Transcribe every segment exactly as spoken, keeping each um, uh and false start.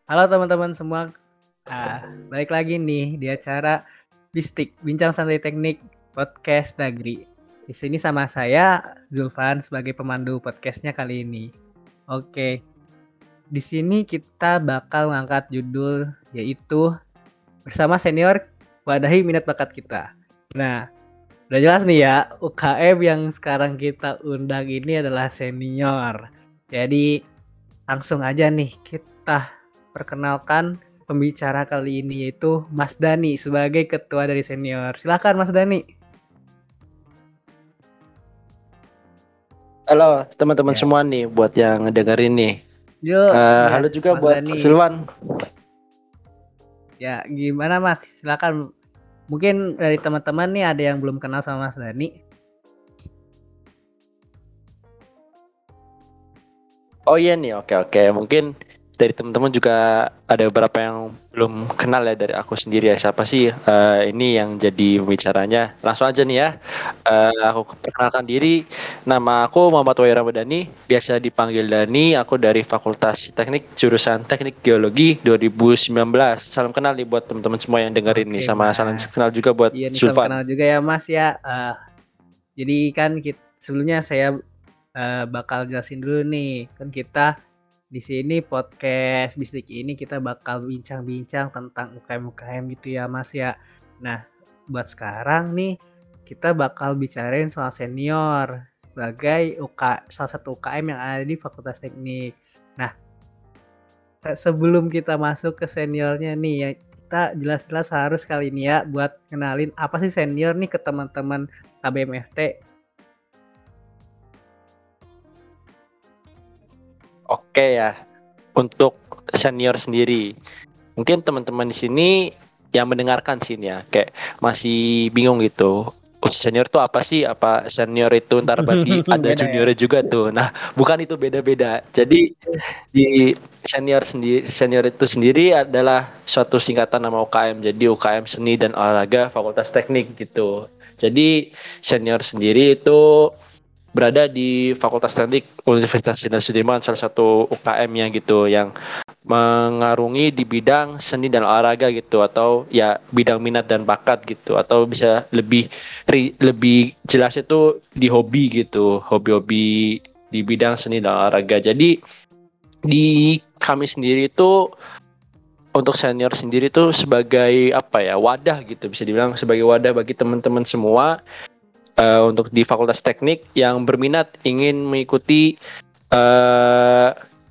Halo teman-teman semua, ah, balik lagi nih di acara Bistik, Bincang Santai Teknik Podcast Dagri. Di sini sama saya Zulfan sebagai pemandu podcastnya kali ini. Oke, di sini kita bakal ngangkat judul yaitu bersama senior wadahi minat bakat kita. Nah, udah jelas nih ya, U K M yang sekarang kita undang ini adalah senior. Jadi langsung aja nih kita perkenalkan pembicara kali ini yaitu Mas Dani sebagai ketua dari senior. Silakan Mas Dani. Halo teman-teman Ya. semua nih buat yang ngedengerin nih. Yuk, Uh, ya halo juga Mas buat Dani. Silwan. Ya, gimana Mas? Silakan. Mungkin dari teman-teman nih ada yang belum kenal sama Mas Dani. Oh iya nih, oke oke. Mungkin dari teman-teman juga ada beberapa yang belum kenal ya dari aku sendiri ya. Siapa sih uh, ini yang jadi pembicaranya? Langsung aja nih ya. Uh, aku perkenalkan diri. Nama aku Muhammad Wahyu Ramadhani. Biasa dipanggil Dani. Aku dari Fakultas Teknik jurusan Teknik Geologi dua ribu sembilan belas. Salam kenal nih buat teman-teman semua yang dengerin nih. Oke, Sama salam Mas. kenal juga buat Iya nih, salam kenal Sulfan. juga ya Mas ya. Uh, jadi kan kita, sebelumnya saya uh, bakal jelasin dulu nih. Kan kita di sini podcast Bistik ini kita bakal bincang-bincang tentang U K M-U K M gitu ya Mas ya. Nah, buat sekarang nih kita bakal bicarain soal senior sebagai U K, salah satu U K M yang ada di Fakultas Teknik. Nah, sebelum kita masuk ke seniornya nih ya, kita jelas-jelas harus kali ini ya buat kenalin apa sih senior nih ke teman-teman K B M F T. Oke ya, untuk senior sendiri, mungkin teman-teman di sini yang mendengarkan sini ya, kayak masih bingung gitu. Oh, senior tuh apa sih? Apa senior itu ntar berarti ada Beda ya. juniornya juga tuh. Nah, bukan itu beda-beda. Jadi di senior sendiri, senior itu sendiri adalah suatu singkatan nama U K M. Jadi U K M Seni dan Olahraga Fakultas Teknik gitu. Jadi senior sendiri itu berada di Fakultas Teknik Universitas Jenderal Sudirman, salah satu U K M-nya gitu yang mengarungi di bidang seni dan olahraga gitu, atau ya bidang minat dan bakat gitu, atau bisa lebih lebih jelas itu di hobi gitu, hobi-hobi di bidang seni dan olahraga. Jadi di kami sendiri itu untuk senior sendiri tuh sebagai apa ya, wadah gitu, bisa dibilang sebagai wadah bagi teman-teman semua uh, untuk di Fakultas Teknik yang berminat ingin mengikuti uh,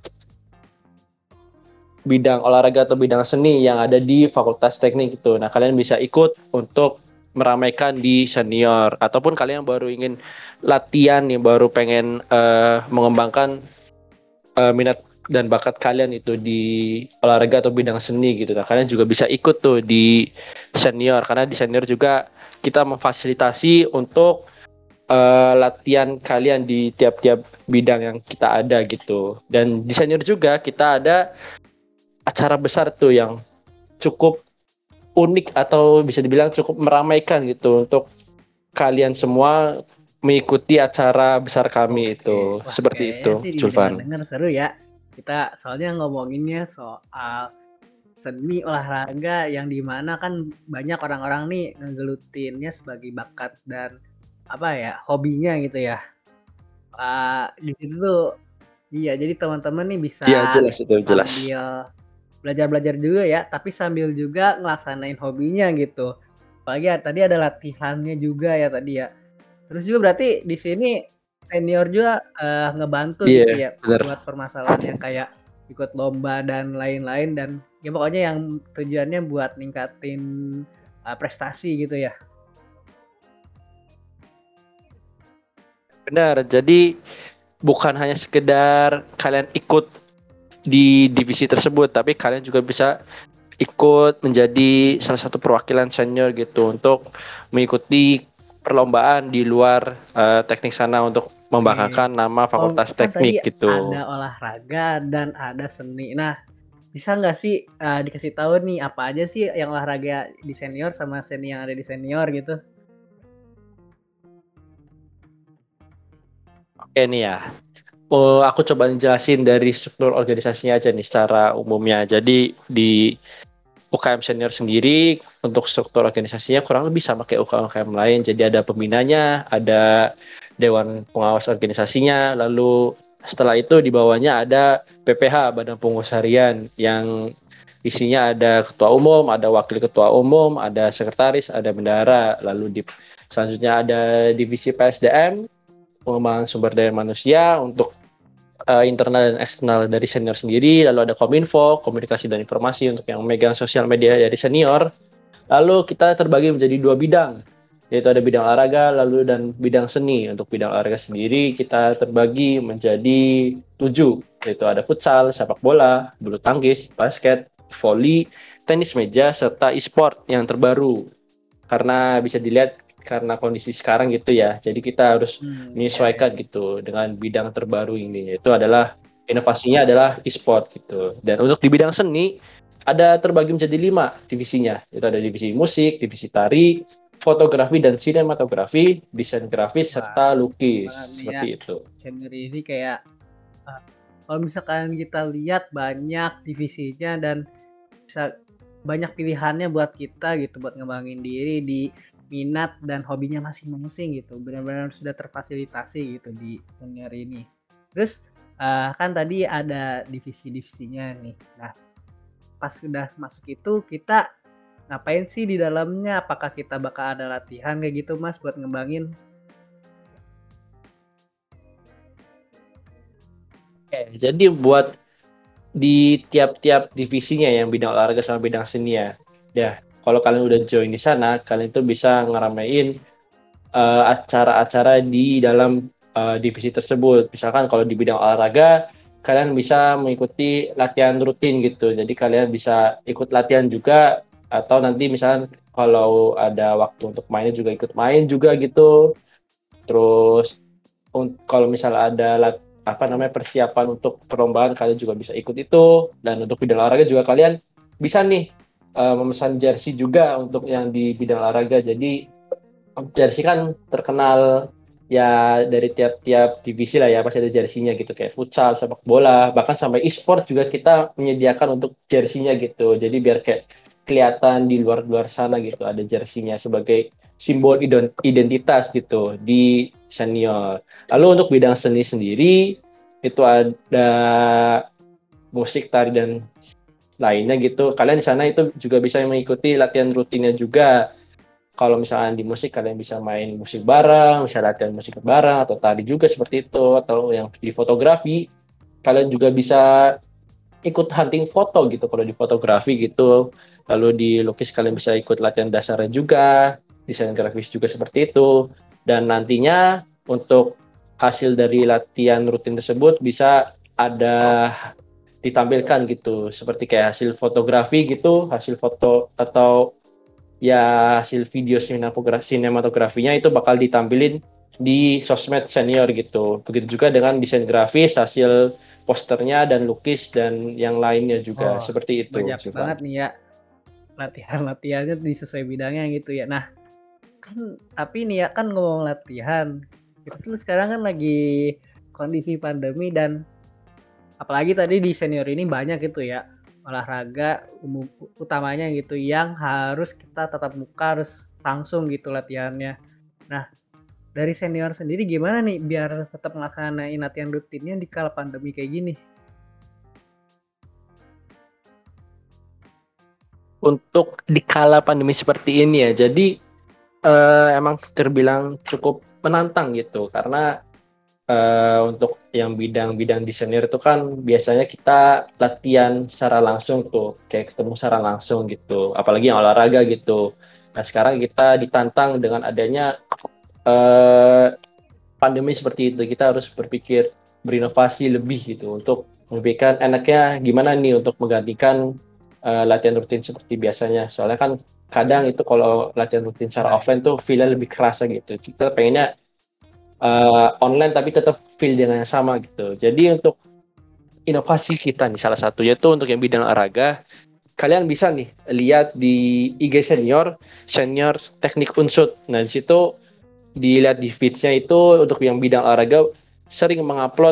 bidang olahraga atau bidang seni yang ada di Fakultas Teknik itu. Nah, kalian bisa ikut untuk meramaikan di senior, ataupun kalian yang baru ingin latihan, yang baru pengen uh, mengembangkan uh, minat dan bakat kalian itu di olahraga atau bidang seni gitu. Nah, kalian juga bisa ikut tuh di senior, karena di senior juga kita memfasilitasi untuk uh, latihan kalian di tiap-tiap bidang yang kita ada gitu. Dan di senior juga kita ada acara besar tuh yang cukup unik atau bisa dibilang cukup meramaikan gitu untuk kalian semua mengikuti acara besar kami. Oke. Itu Wah, seperti kayaknya itu, sih Sulfan. didengar-dengar seru ya. Kita soalnya ngomonginnya soal seni olahraga yang dimana kan banyak orang-orang nih ngegelutinnya sebagai bakat dan apa ya, hobinya gitu ya. Uh, di situ tuh iya, jadi teman-teman nih bisa Iya, jelas itu, jelas. sambil belajar-belajar juga ya, tapi sambil juga ngelaksanain hobinya gitu. Apalagi ya, tadi ada latihannya juga ya tadi ya. Terus juga berarti di sini senior juga uh, ngebantu gitu Iya, ya benar. buat permasalahan yang kayak ikut lomba dan lain-lain, dan ya pokoknya yang tujuannya buat ningkatin uh, prestasi gitu ya. Benar. Jadi bukan hanya sekedar kalian ikut di divisi tersebut, tapi kalian juga bisa ikut menjadi salah satu perwakilan senior gitu untuk mengikuti perlombaan di luar uh, teknik sana untuk membanggakan Oke. nama Oh, Fakultas kan tadi Teknik gitu. ada olahraga dan ada seni. Nah, bisa nggak sih uh, dikasih tahu nih apa aja sih yang olahraga di senior sama seni yang ada di senior gitu? Oke nih ya. Oh, aku coba jelasin dari struktur organisasinya aja nih secara umumnya. Jadi di U K M senior sendiri untuk struktur organisasinya kurang lebih sama kayak U K M-U K M lain. Jadi ada pembinanya, ada dewan pengawas organisasinya, lalu setelah itu di bawahnya ada P P H, Badan Pengurusan Harian, yang isinya ada ketua umum, ada wakil ketua umum, ada sekretaris, ada bendahara, lalu di selanjutnya ada divisi P S D M, pengembangan sumber daya manusia untuk uh, internal dan eksternal dari senior sendiri, lalu ada Kominfo, komunikasi dan informasi untuk yang megang sosial media dari senior. Lalu kita terbagi menjadi dua bidang, yaitu ada bidang olahraga lalu dan bidang seni. Untuk bidang olahraga sendiri kita terbagi menjadi tujuh, yaitu ada futsal, sepak bola, bulu tangkis, basket, voli, tenis meja, serta e-sport yang terbaru. Karena bisa dilihat karena kondisi sekarang gitu ya, jadi kita harus Hmm, ya, ya. menyesuaikan gitu dengan bidang terbaru ini, yaitu adalah inovasinya adalah e-sport gitu. Dan untuk di bidang seni ada terbagi menjadi lima divisinya, yaitu ada divisi musik, divisi tari, fotografi dan sinematografi, desain grafis Wah, serta keren banget lukis nih ya. seperti itu. Senior ini kayak uh, kalau misalkan kita lihat banyak divisinya dan bisa banyak pilihannya buat kita gitu buat ngembangin diri di minat dan hobinya masing-masing gitu. Benar-benar sudah terfasilitasi gitu di senior ini. Terus uh, kan tadi ada divisi-divisinya nih. Nah, pas sudah masuk itu kita ngapain sih di dalamnya? Apakah kita bakal ada latihan kayak gitu Mas buat ngembangin? Oke, jadi buat di tiap-tiap divisinya yang bidang olahraga sama bidang seni ya. Ya, kalau kalian udah join di sana, kalian tuh bisa ngeramein uh, acara-acara di dalam uh, divisi tersebut. Misalkan kalau di bidang olahraga, kalian bisa mengikuti latihan rutin gitu. Jadi kalian bisa ikut latihan juga, atau nanti misalkan kalau ada waktu untuk mainnya juga ikut main juga gitu. Terus un- kalau misalnya ada lat- apa namanya persiapan untuk perlombaan, kalian juga bisa ikut itu. Dan untuk bidang olahraga juga kalian bisa nih uh, memesan jersey juga untuk yang di bidang olahraga. Jadi jersey kan terkenal ya dari tiap-tiap divisi lah ya, pasti ada jersey-nya gitu kayak futsal, sepak bola, bahkan sampai e-sport juga kita menyediakan untuk jersey-nya gitu. Jadi biar kayak kelihatan di luar-luar sana gitu ada jersey-nya sebagai simbol identitas gitu di senior. Lalu untuk bidang seni sendiri itu ada musik, tari dan lainnya gitu. Kalian di sana itu juga bisa mengikuti latihan rutinnya juga. Kalau misalnya di musik kalian bisa main musik bareng, bisa latihan musik bareng atau tari juga seperti itu, atau yang di fotografi kalian juga bisa ikut hunting foto gitu kalau di fotografi gitu. Lalu di lukis kalian bisa ikut latihan dasarnya juga, desain grafis juga seperti itu. Dan nantinya untuk hasil dari latihan rutin tersebut bisa ada ditampilkan gitu, seperti kayak hasil fotografi gitu, hasil foto atau ya hasil video sinematografi sinematografinya itu bakal ditampilin di sosmed senior gitu. Begitu juga dengan desain grafis, hasil posternya dan lukis dan yang lainnya juga Oh, seperti itu, banyak Zulfan. banget nih ya latihan-latihannya di sesuai bidangnya gitu ya. Nah, kan tapi nih ya kan ngomong latihan, kita tuh sekarang kan lagi kondisi pandemi dan apalagi tadi di senior ini banyak gitu ya olahraga umum utamanya gitu yang harus kita tatap muka harus langsung gitu latihannya. Nah, dari senior sendiri gimana nih biar tetap melaksanain latihan rutinnya di kala pandemi kayak gini? Untuk di kala pandemi seperti ini ya, jadi eh, emang terbilang cukup menantang gitu karena eh, untuk yang bidang-bidang di senior itu kan biasanya kita latihan secara langsung tuh, kayak ketemu secara langsung gitu, apalagi yang olahraga gitu. Nah, sekarang kita ditantang dengan adanya eh, pandemi seperti itu, kita harus berpikir berinovasi lebih gitu untuk memberikan enaknya gimana nih untuk menggantikan eh, latihan rutin seperti biasanya. Soalnya kan kadang itu kalau latihan rutin secara Nah, offline tuh feel lebih kerasa gitu. Kita pengennya eh, online tapi tetap feel dengan yang sama gitu. Jadi untuk inovasi kita nih salah satunya tuh untuk yang bidang olahraga, kalian bisa nih lihat di I G senior, senior teknik unsut. Nah, di situ dilihat di feeds-nya itu untuk yang bidang olahraga sering mengupload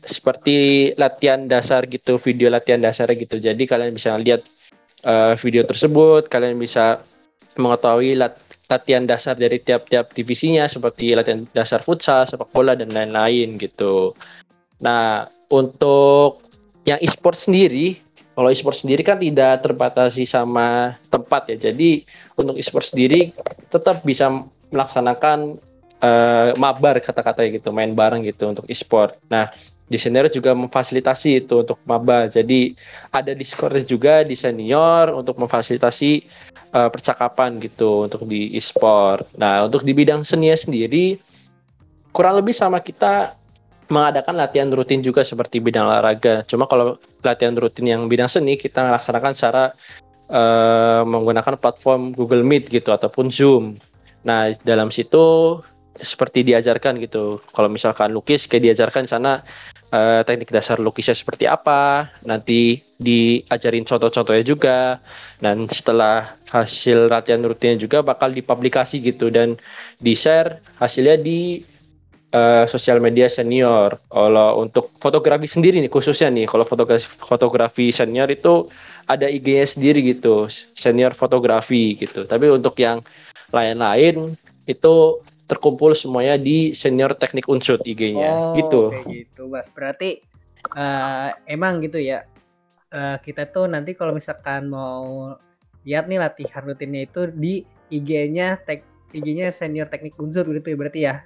seperti latihan dasar gitu, video latihan dasar gitu. Jadi kalian bisa lihat uh, video tersebut, kalian bisa mengetahui lat latihan dasar dari tiap-tiap divisinya seperti latihan dasar futsal, sepak bola dan lain-lain gitu. Nah, untuk yang e-sport sendiri, kalau e-sport sendiri kan tidak terbatasi sama tempat ya. Jadi untuk e-sport sendiri tetap bisa melaksanakan uh, mabar kata-katanya gitu, main bareng gitu untuk e-sport. Nah, di senior juga memfasilitasi itu untuk maba. Jadi ada Discord juga di senior untuk memfasilitasi uh, percakapan gitu untuk di e-sport. Nah, untuk di bidang seni sendiri kurang lebih sama kita mengadakan latihan rutin juga seperti bidang olahraga. Cuma kalau latihan rutin yang bidang seni kita melaksanakan secara uh, menggunakan platform Google Meet gitu ataupun Zoom. Nah, dalam situ seperti diajarkan gitu. Kalau misalkan lukis kayak diajarkan di sana uh, teknik dasar lukisnya seperti apa, nanti diajarin contoh-contohnya juga. Dan setelah hasil latihan rutinnya juga bakal dipublikasi gitu dan di-share hasilnya di uh, sosial media senior. Kalau untuk fotografi sendiri nih khususnya nih, kalau fotografi fotografi senior itu ada I G-nya sendiri gitu, senior fotografi gitu. Tapi untuk yang lain-lain itu terkumpul semuanya di senior teknik unsur I G-nya Oh, gitu. kayak gitu, Mas. Berarti uh, emang gitu ya. Uh, kita tuh nanti kalau misalkan mau lihat nih latihan rutinnya itu di I G-nya tek I G-nya senior teknik unsur gitu ya berarti ya.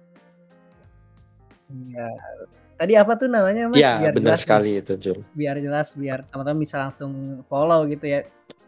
Iya. Tadi apa tuh namanya, Mas? Ya, Biar benar jelas nih. sekali itu, Jul. Biar jelas, biar teman-teman bisa langsung follow gitu ya.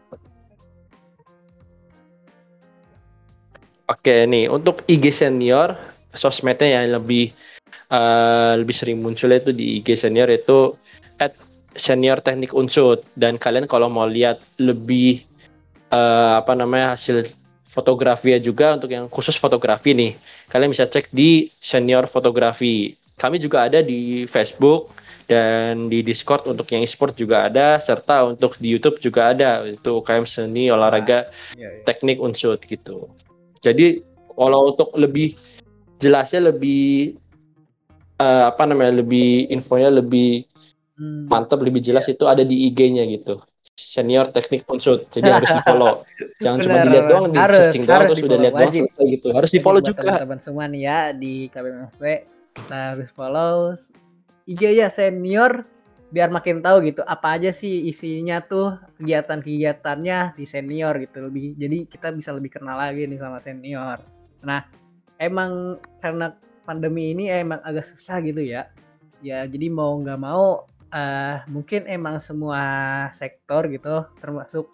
Oke nih, untuk I G senior, sosmednya yang lebih uh, lebih sering muncul itu di I G senior itu at senior teknik unsur. Dan kalian kalau mau lihat lebih uh, apa namanya hasil fotografi juga untuk yang khusus fotografi nih, kalian bisa cek di senior fotografi. Kami juga ada di Facebook dan di Discord untuk yang e-sport juga ada, serta untuk di YouTube juga ada, itu U K M Seni Olahraga Iya, iya. Teknik Unsur gitu. Jadi kalau untuk lebih jelasnya lebih uh, apa namanya lebih infonya lebih Hmm, mantap lebih jelas iya. itu ada di I G-nya gitu. Senior Teknik Unsur. Jadi harus di-follow. Jangan cuma Bener, dilihat doang nih, harus searching doang harus terus udah di-follow, lihat doang wajib. selesai gitu. Harus Wajib di-follow buat juga. teman-teman semua nih ya di K B M F B. Kita harus follow I G ya senior biar makin tahu gitu apa aja sih isinya tuh kegiatan-kegiatannya di senior gitu lebih. Jadi kita bisa lebih kenal lagi nih sama senior. Nah, emang karena pandemi ini emang agak susah gitu ya. Ya, jadi mau nggak mau uh, mungkin emang semua sektor gitu termasuk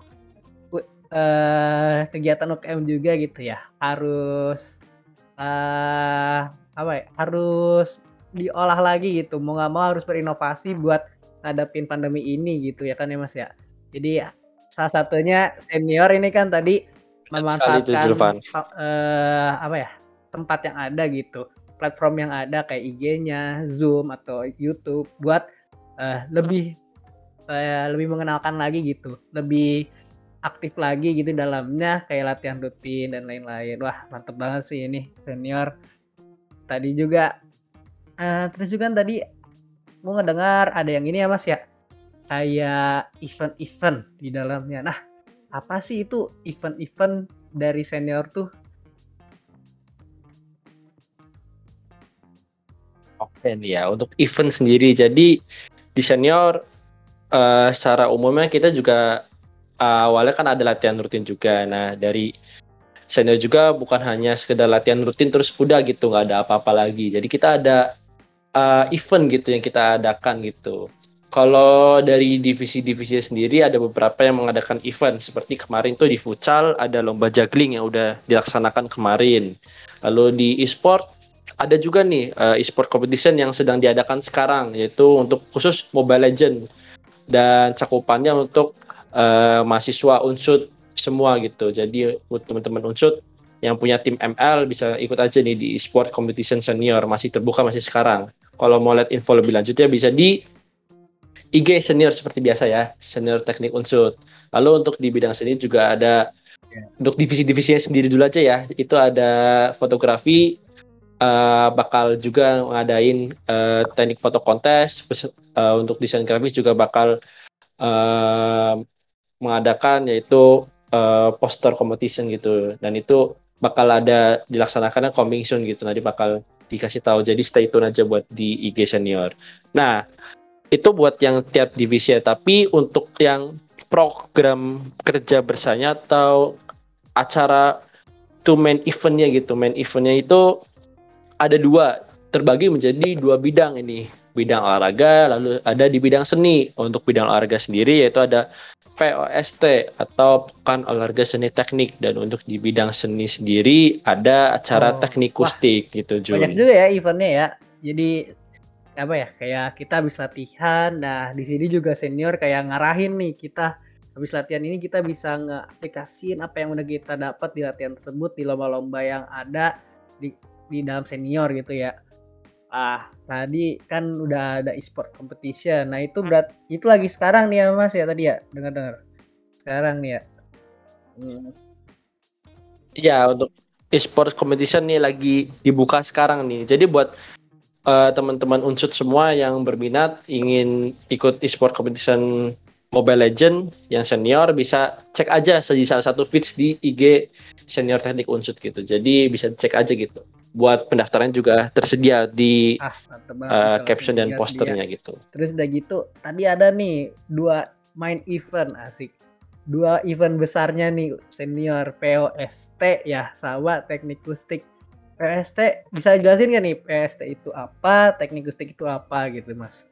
uh, kegiatan U K M juga gitu ya harus uh, apa ya harus diolah lagi gitu mau nggak mau harus berinovasi buat ngadepin pandemi ini gitu ya kan ya Mas ya. Jadi salah satunya senior ini kan tadi Benar sekali itu, memanfaatkan Julvan. uh, apa ya tempat yang ada gitu, platform yang ada kayak I G-nya, Zoom atau YouTube buat uh, lebih uh, lebih mengenalkan lagi gitu, lebih aktif lagi gitu dalamnya kayak latihan rutin dan lain-lain. Wah mantep banget sih ini senior. Tadi juga uh, terus juga kan tadi mau ngedengar ada yang ini ya Mas ya, kayak event-event di dalamnya. Nah apa sih itu event-event dari senior tuh? Oke nih ya, untuk event sendiri. Jadi di senior uh, secara umumnya kita juga uh, awalnya kan ada latihan rutin juga. Nah, dari senior juga bukan hanya sekedar latihan rutin terus udah gitu, nggak ada apa-apa lagi. Jadi kita ada uh, event gitu yang kita adakan gitu. Kalau dari divisi-divisi sendiri ada beberapa yang mengadakan event seperti kemarin tuh di futsal ada lomba juggling yang udah dilaksanakan kemarin. Lalu di e-sport ada juga nih uh, e-sport competition yang sedang diadakan sekarang yaitu untuk khusus Mobile Legends dan cakupannya untuk uh, mahasiswa unsur semua gitu. Jadi buat teman-teman unsur yang punya tim M L bisa ikut aja nih di e-sport competition senior masih terbuka masih sekarang. Kalau mau lihat info lebih lanjutnya bisa di I G senior seperti biasa ya, senior teknik unsur. Lalu untuk di bidang seni juga ada untuk divisi-divisinya sendiri dulu aja ya. Itu ada fotografi, uh, bakal juga ngadain uh, teknik foto kontes uh, untuk desain grafis juga bakal uh, mengadakan yaitu uh, poster competition gitu dan itu bakal ada dilaksanakannya coming soon gitu nanti bakal dikasih tahu jadi stay tune aja buat di I G senior. Nah itu buat yang tiap divisi ya tapi untuk yang program kerja bersama atau acara to main eventnya gitu main eventnya itu ada dua terbagi menjadi dua bidang ini bidang olahraga lalu ada di bidang seni untuk bidang olahraga sendiri yaitu ada P O S T atau Pekan Olahraga Seni Teknik dan untuk di bidang seni sendiri ada acara Oh, teknik wah, kustik gitu banyak Jun. juga ya eventnya ya. Jadi apa ya? Kayak kita habis latihan. Nah, di sini juga senior kayak ngarahin nih kita habis latihan ini kita bisa ngeaplikasiin apa yang udah kita dapat di latihan tersebut di lomba-lomba yang ada di di dalam senior gitu ya. Ah, tadi kan udah ada e-sport competition. Nah, itu berat itu lagi sekarang nih ya Mas ya tadi ya? Dengar-dengar. Sekarang nih ya. Hmm. Ya untuk e-sport competition nih lagi dibuka sekarang nih. Jadi buat uh, teman-teman unsut semua yang berminat ingin ikut e-sport competition Mobile Legend yang senior bisa cek aja di salah satu feeds di I G senior teknik unsut gitu. Jadi bisa cek aja gitu. Buat pendaftaran juga tersedia di Ah, mantep banget uh, bisa langsung caption dan gas dia. posternya gitu. Terus udah gitu, tadi ada nih dua main event asik. Dua event besarnya nih senior P O S T ya, sama teknik kustik. P O S T bisa jelasin gak nih P O S T itu apa, teknik kustik itu apa gitu Mas?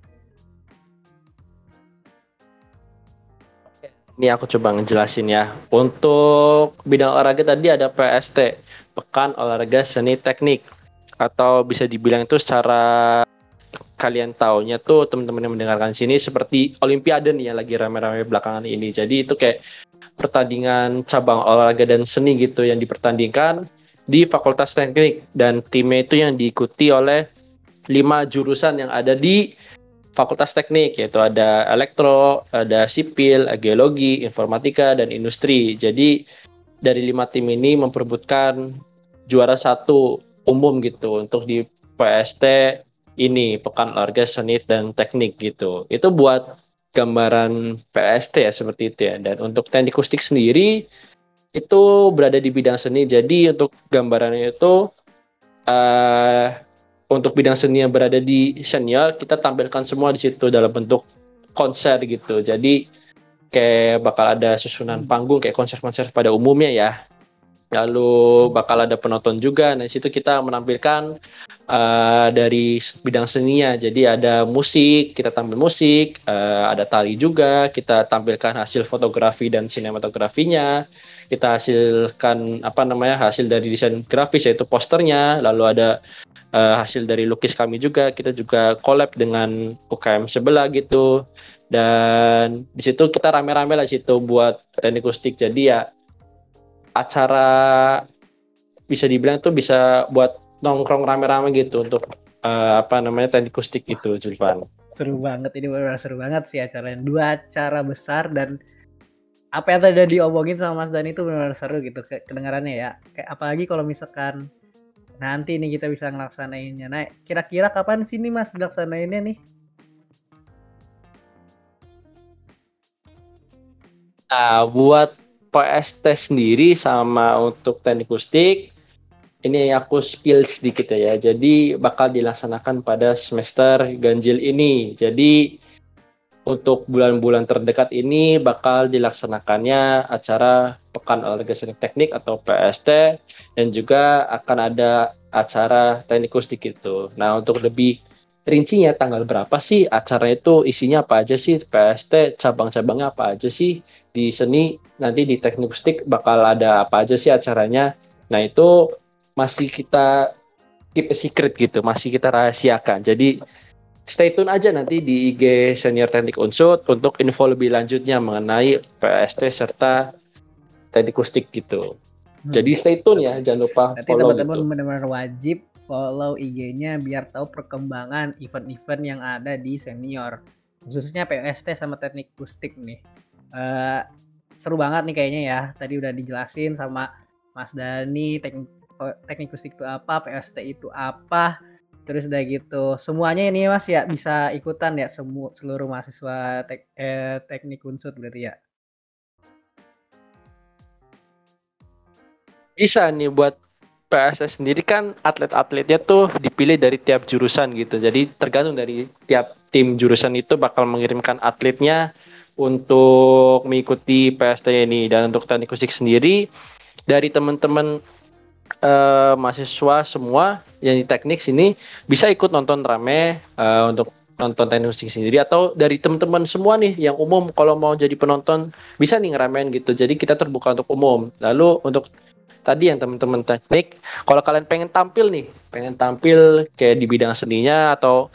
Ini aku coba ngejelasin ya. Untuk bidang olahraga tadi ada P S T, Pekan Olahraga Seni Teknik. Atau bisa dibilang itu secara kalian taunya tuh teman-teman yang mendengarkan sini seperti Olimpiade nih yang lagi rame-rame belakangan ini. Jadi itu kayak pertandingan cabang olahraga dan seni gitu yang dipertandingkan di Fakultas Teknik dan timnya itu yang diikuti oleh lima jurusan yang ada di Fakultas Teknik yaitu ada elektro, ada sipil, geologi, informatika dan industri. Jadi dari lima tim ini memperebutkan juara satu umum gitu untuk di P S T ini Pekan Olahraga Seni dan Teknik gitu. Itu buat gambaran P S T ya seperti itu ya. Dan untuk teknik akustik sendiri itu berada di bidang seni. Jadi untuk gambarannya itu uh, untuk bidang seni yang berada di senior kita tampilkan semua di situ dalam bentuk konser gitu. Jadi kayak bakal ada susunan panggung kayak konser-konser pada umumnya ya. Lalu bakal ada penonton juga. Nah, di situ kita menampilkan uh, dari bidang seninya. Jadi ada musik, kita tampil musik, uh, ada tari juga, kita tampilkan hasil fotografi dan sinematografinya. Kita hasilkan apa namanya? Hasil dari desain grafis yaitu posternya, lalu ada uh, hasil dari lukis kami juga. Kita juga collab dengan U K M sebelah gitu. Dan di situ kita rame-rame lah situ buat teknik akustik. Jadi ya acara bisa dibilang tuh bisa buat nongkrong rame-rame gitu untuk uh, apa namanya teknik akustik gitu Julvan. Seru banget ini benar seru banget sih acaranya. Dua acara besar dan apa yang tadi udah diomongin sama Mas Dani itu benar-benar seru gitu kedengarannya ya. Kayak apalagi kalau misalkan nanti nih kita bisa ngelaksanainnya. Nah, kira-kira kapan sih nih Mas dilaksanainnya nih? Nah, buat P S T sendiri sama untuk teknik akustik ini aku spill sedikit ya. Jadi bakal dilaksanakan pada semester ganjil ini. Jadi untuk bulan-bulan terdekat ini bakal dilaksanakannya acara Pekan Olahraga Seni Teknik atau P S T dan juga akan ada acara teknik akustik itu. Nah, untuk lebih rincinya tanggal berapa sih acara itu isinya apa aja sih P S T cabang-cabangnya apa aja sih di seni nanti di teknik akustik bakal ada apa aja sih acaranya. Nah, itu masih kita keep a secret gitu, masih kita rahasiakan. Jadi stay tune aja nanti di I G Senior Teknik Unsut untuk info lebih lanjutnya mengenai P S T serta teknik akustik gitu. Hmm. Jadi stay tune ya, jangan lupa Nanti follow teman-teman gitu. benar-benar wajib follow I G-nya biar tahu perkembangan event-event yang ada di senior. Khususnya P O S T sama teknik akustik nih. Uh, seru banget nih kayaknya ya. Tadi udah dijelasin sama Mas Dani teknik oh, teknik akustik itu apa, P S T itu apa, terus udah gitu semuanya ini Mas ya bisa ikutan ya semu seluruh mahasiswa tek eee, teknik unsut berarti ya? Bisa nih buat P S S sendiri kan atlet-atletnya tuh dipilih dari tiap jurusan gitu. Jadi tergantung dari tiap tim jurusan itu bakal mengirimkan atletnya untuk mengikuti P S T ini. Dan untuk teknik musik sendiri dari teman-teman eh, mahasiswa semua yang di teknik sini bisa ikut nonton rame eh, untuk nonton teknik musik sendiri atau dari teman-teman semua nih yang umum kalau mau jadi penonton bisa nih ngeramein gitu. Jadi kita terbuka untuk umum. Lalu untuk tadi yang teman-teman teknik, kalau kalian pengen tampil nih, pengen tampil kayak di bidang seninya atau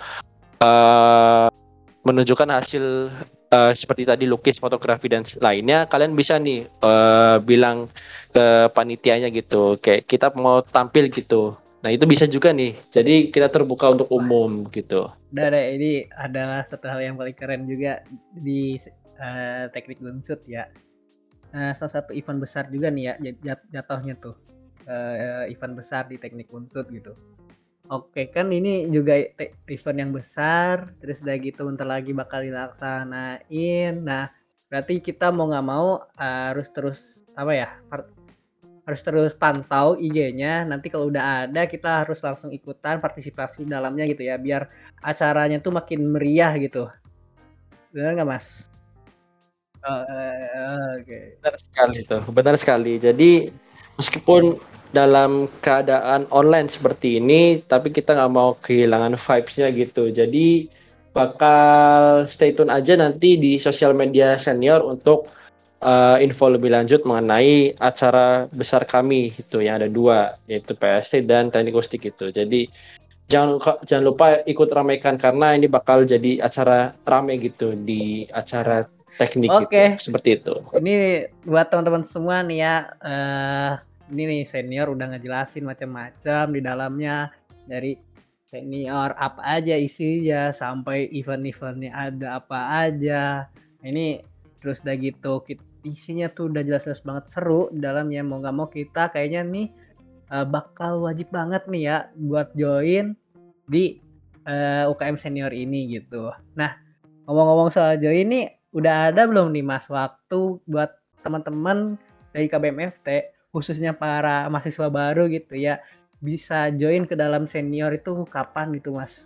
uh, menunjukkan hasil uh, seperti tadi lukis, fotografi dan lainnya, kalian bisa nih uh, bilang ke panitianya gitu, kayak kita mau tampil gitu. Nah itu bisa juga nih, jadi kita terbuka untuk Wah, umum gitu. udah deh ini adalah satu hal yang paling keren juga di uh, teknik unsut ya. Uh, salah satu event besar juga nih ya jat jatuhnya tuh uh, event besar di teknik unsut gitu. Oke kan ini juga event yang besar, terus udah gitu bentar lagi bakal dilaksanain. Nah berarti kita mau nggak mau uh, harus terus apa ya harus terus pantau I G-nya. Nanti kalau udah ada kita harus langsung ikutan partisipasi dalamnya gitu ya, biar acaranya tuh makin meriah gitu. Benar nggak Mas? Oh, uh, oke. Okay. Benar sekali tuh, benar sekali. Jadi meskipun dalam keadaan online seperti ini, tapi kita nggak mau kehilangan vibes-nya gitu. Jadi bakal stay tune aja nanti di sosial media senior untuk uh, info lebih lanjut mengenai acara besar kami itu yang ada dua, yaitu P S T dan teknik akustik itu. Jadi jangan jangan lupa ikut ramaikan karena ini bakal jadi acara rame gitu di acara teknik gitu, Oke, seperti itu. ini buat teman-teman semua nih ya, uh, ini nih senior udah ngejelasin macam-macam di dalamnya dari senior apa aja isinya sampai event-eventnya ada apa aja. Ini terus udah gitu isinya tuh udah jelas-jelas banget seru di dalamnya. Mau nggak mau kita kayaknya nih uh, bakal wajib banget nih ya buat join di uh, U K M senior ini gitu. Nah ngomong-ngomong soal join nih udah ada belum nih Mas waktu buat teman-teman dari K B M F T khususnya para mahasiswa baru gitu ya bisa join ke dalam senior itu kapan gitu Mas?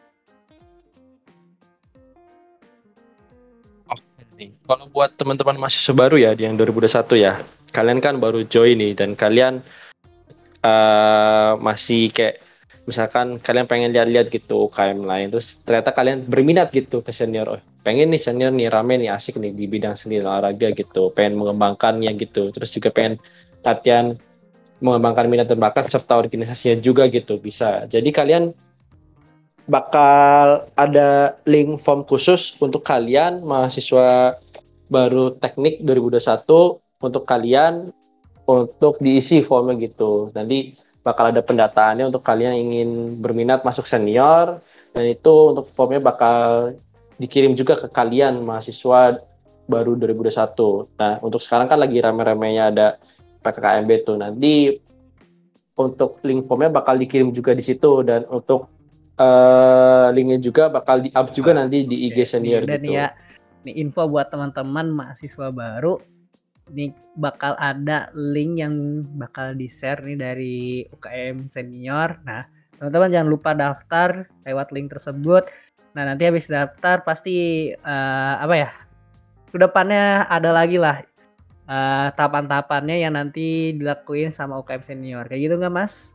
Oke nih. Kalau buat teman-teman mahasiswa baru ya di yang dua ribu dua puluh satu ya, kalian kan baru join nih dan kalian uh, masih kayak misalkan kalian pengen lihat-lihat gitu U K M lain terus ternyata kalian berminat gitu ke senior, oh pengen nih senior nih rame nih asik nih di bidang seni dan olahraga gitu, pengen mengembangkannya gitu, terus juga pengen latihan mengembangkan minat dan bakat serta organisasinya juga gitu bisa. Jadi kalian bakal ada link form khusus untuk kalian mahasiswa baru teknik dua ribu dua puluh satu untuk kalian untuk diisi formnya gitu. Nanti bakal ada pendataannya untuk kalian yang ingin berminat masuk senior dan itu untuk formnya bakal dikirim juga ke kalian mahasiswa baru dua ribu dua puluh satu. Nah, untuk sekarang kan lagi rame-ramenya ada P K K M B tuh. Nanti untuk link formnya bakal dikirim juga di situ dan untuk uh, linknya juga bakal di-up juga nanti di I G senior nih, gitu. Nih ya, nih info buat teman-teman mahasiswa baru, nih bakal ada link yang bakal di-share nih dari U K M senior. Nah, teman-teman jangan lupa daftar lewat link tersebut. Nah, nanti habis daftar pasti uh, apa ya? Kedepannya ada lagi lah uh, tahapan-tahapannya yang nanti dilakuin sama U K M senior. Kayak gitu nggak, Mas?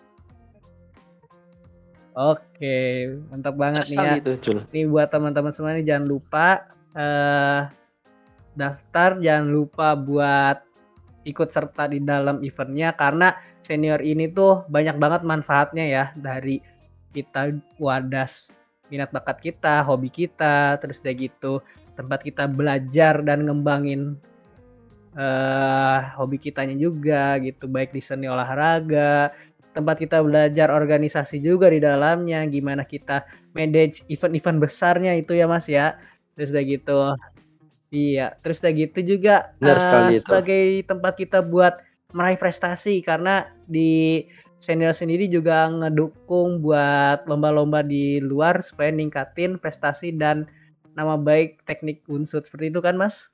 Oke, mantap banget nih ya. Itu, Jul. Nih buat teman-teman semua nih jangan lupa uh, daftar, jangan lupa buat ikut serta di dalam eventnya karena senior ini tuh banyak banget manfaatnya ya dari kita wadas minat bakat kita, hobi kita, terus udah gitu tempat kita belajar dan ngembangin uh, hobi kitanya juga gitu, baik di seni olahraga, tempat kita belajar organisasi juga di dalamnya, gimana kita manage event-event besarnya itu ya Mas ya. Terus udah gitu iya, terus udah gitu juga Benar uh, sekali itu. sebagai tempat kita buat meraih prestasi, karena di senior sendiri juga ngedukung buat lomba-lomba di luar supaya ningkatin prestasi dan nama baik teknik Unsut. Seperti itu kan, Mas?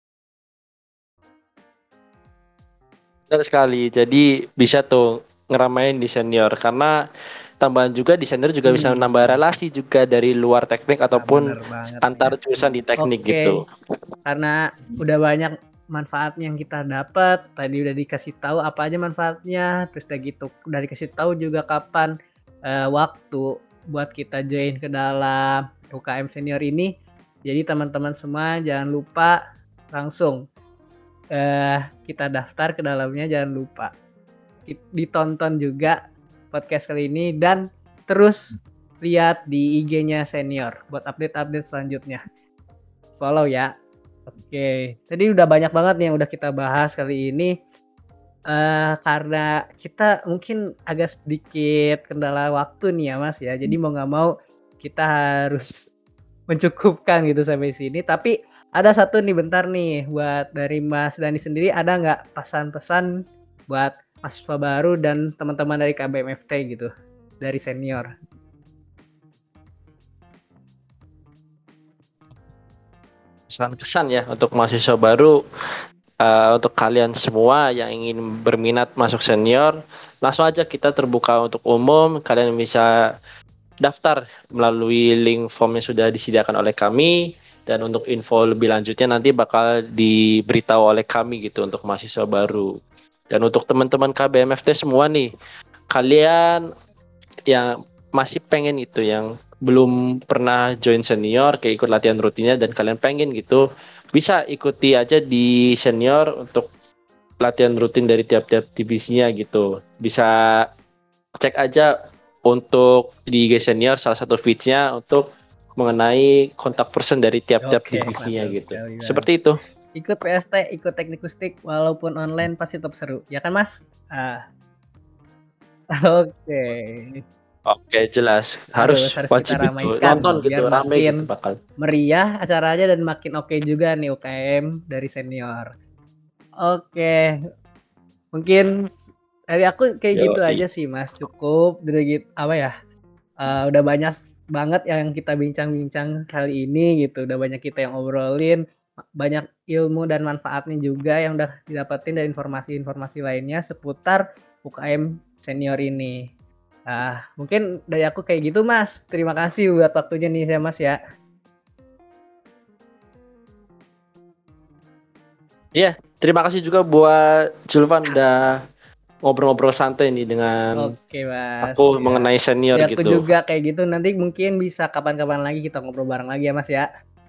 Benar sekali. Jadi bisa tuh ngeramain di senior karena tambahan juga di senior juga bisa menambah Hmm. relasi juga dari luar teknik Nah, ataupun bener banget nih. antar jurusan di teknik gitu. Oke, karena udah banyak manfaat yang kita dapat. Tadi udah dikasih tahu apa aja manfaatnya, terus udah gitu udah dikasih tahu juga kapan eh, waktu buat kita join ke dalam U K M senior ini. Jadi teman-teman semua jangan lupa langsung eh kita daftar ke dalamnya, jangan lupa ditonton juga podcast kali ini dan terus lihat di I G-nya senior buat update-update selanjutnya. Follow ya. Oke, tadi udah banyak banget nih yang udah kita bahas kali ini. Uh, karena kita mungkin agak sedikit kendala waktu nih ya Mas ya. Jadi mau nggak mau kita harus mencukupkan gitu sampai sini. Tapi ada satu nih bentar nih buat dari Mas Dani sendiri, ada nggak pesan-pesan buat mahasiswa baru dan teman-teman dari K B M F T gitu dari senior? Kesan-kesan ya untuk mahasiswa baru, uh, untuk kalian semua yang ingin berminat masuk senior, langsung aja kita terbuka untuk umum. Kalian bisa daftar melalui link form yang sudah disediakan oleh kami, dan untuk info lebih lanjutnya nanti bakal diberitahu oleh kami gitu untuk mahasiswa baru. Dan untuk teman-teman K B M F T semua nih, kalian yang masih pengen itu, yang belum pernah join senior, kayak ikut latihan rutinnya dan kalian pengen gitu, bisa ikuti aja di senior untuk latihan rutin dari tiap-tiap divisinya gitu. Bisa cek aja untuk di I G senior salah satu feeds-nya untuk mengenai kontak person dari tiap-tiap Oke, divisinya mantap gitu. sekali, Mas. Seperti itu. Ikut P S T, ikut teknik akustik walaupun online pasti tetap seru. Ya kan, Mas? Ah. Oke. Oke, jelas. Harus Harus harus kita wajib itu. ramaikan Nonton biar gitu, rame gitu makin bakal. meriah acaranya dan makin oke juga nih U K M dari senior. Oke. Mungkin dari aku kayak gitu Yoi. aja sih Mas, cukup dari gitu apa ya? Uh, udah banyak banget yang kita bincang-bincang kali ini gitu. Udah banyak kita yang obrolin, banyak ilmu dan manfaatnya juga yang udah didapetin dari informasi-informasi lainnya seputar U K M senior ini. Nah, mungkin dari aku kayak gitu Mas. Terima kasih buat waktunya nih saya Mas ya. Iya, terima kasih juga buat Julvan udah ngobrol-ngobrol santai nih dengan Oke Mas. aku Ya. mengenai senior Dari aku gitu. juga kayak gitu. Nanti mungkin bisa kapan-kapan lagi kita ngobrol bareng lagi ya Mas ya.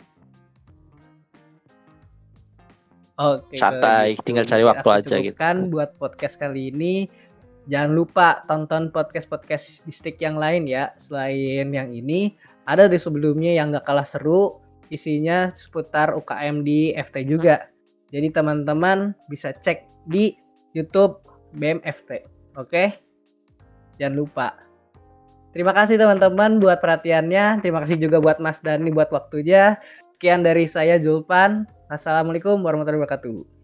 Oke, Santai, gitu. tinggal cari Mungkin waktu aku aja gitu. cukupkan buat podcast kali ini. Jangan lupa tonton podcast-podcast Bistik yang lain ya. Selain yang ini, ada di sebelumnya yang gak kalah seru. Isinya seputar U K M di F T juga. Jadi teman-teman bisa cek di YouTube B M F T. Oke? Jangan lupa. Terima kasih teman-teman buat perhatiannya. Terima kasih juga buat Mas Dani buat waktunya. Sekian dari saya Julpan. Assalamualaikum warahmatullahi wabarakatuh.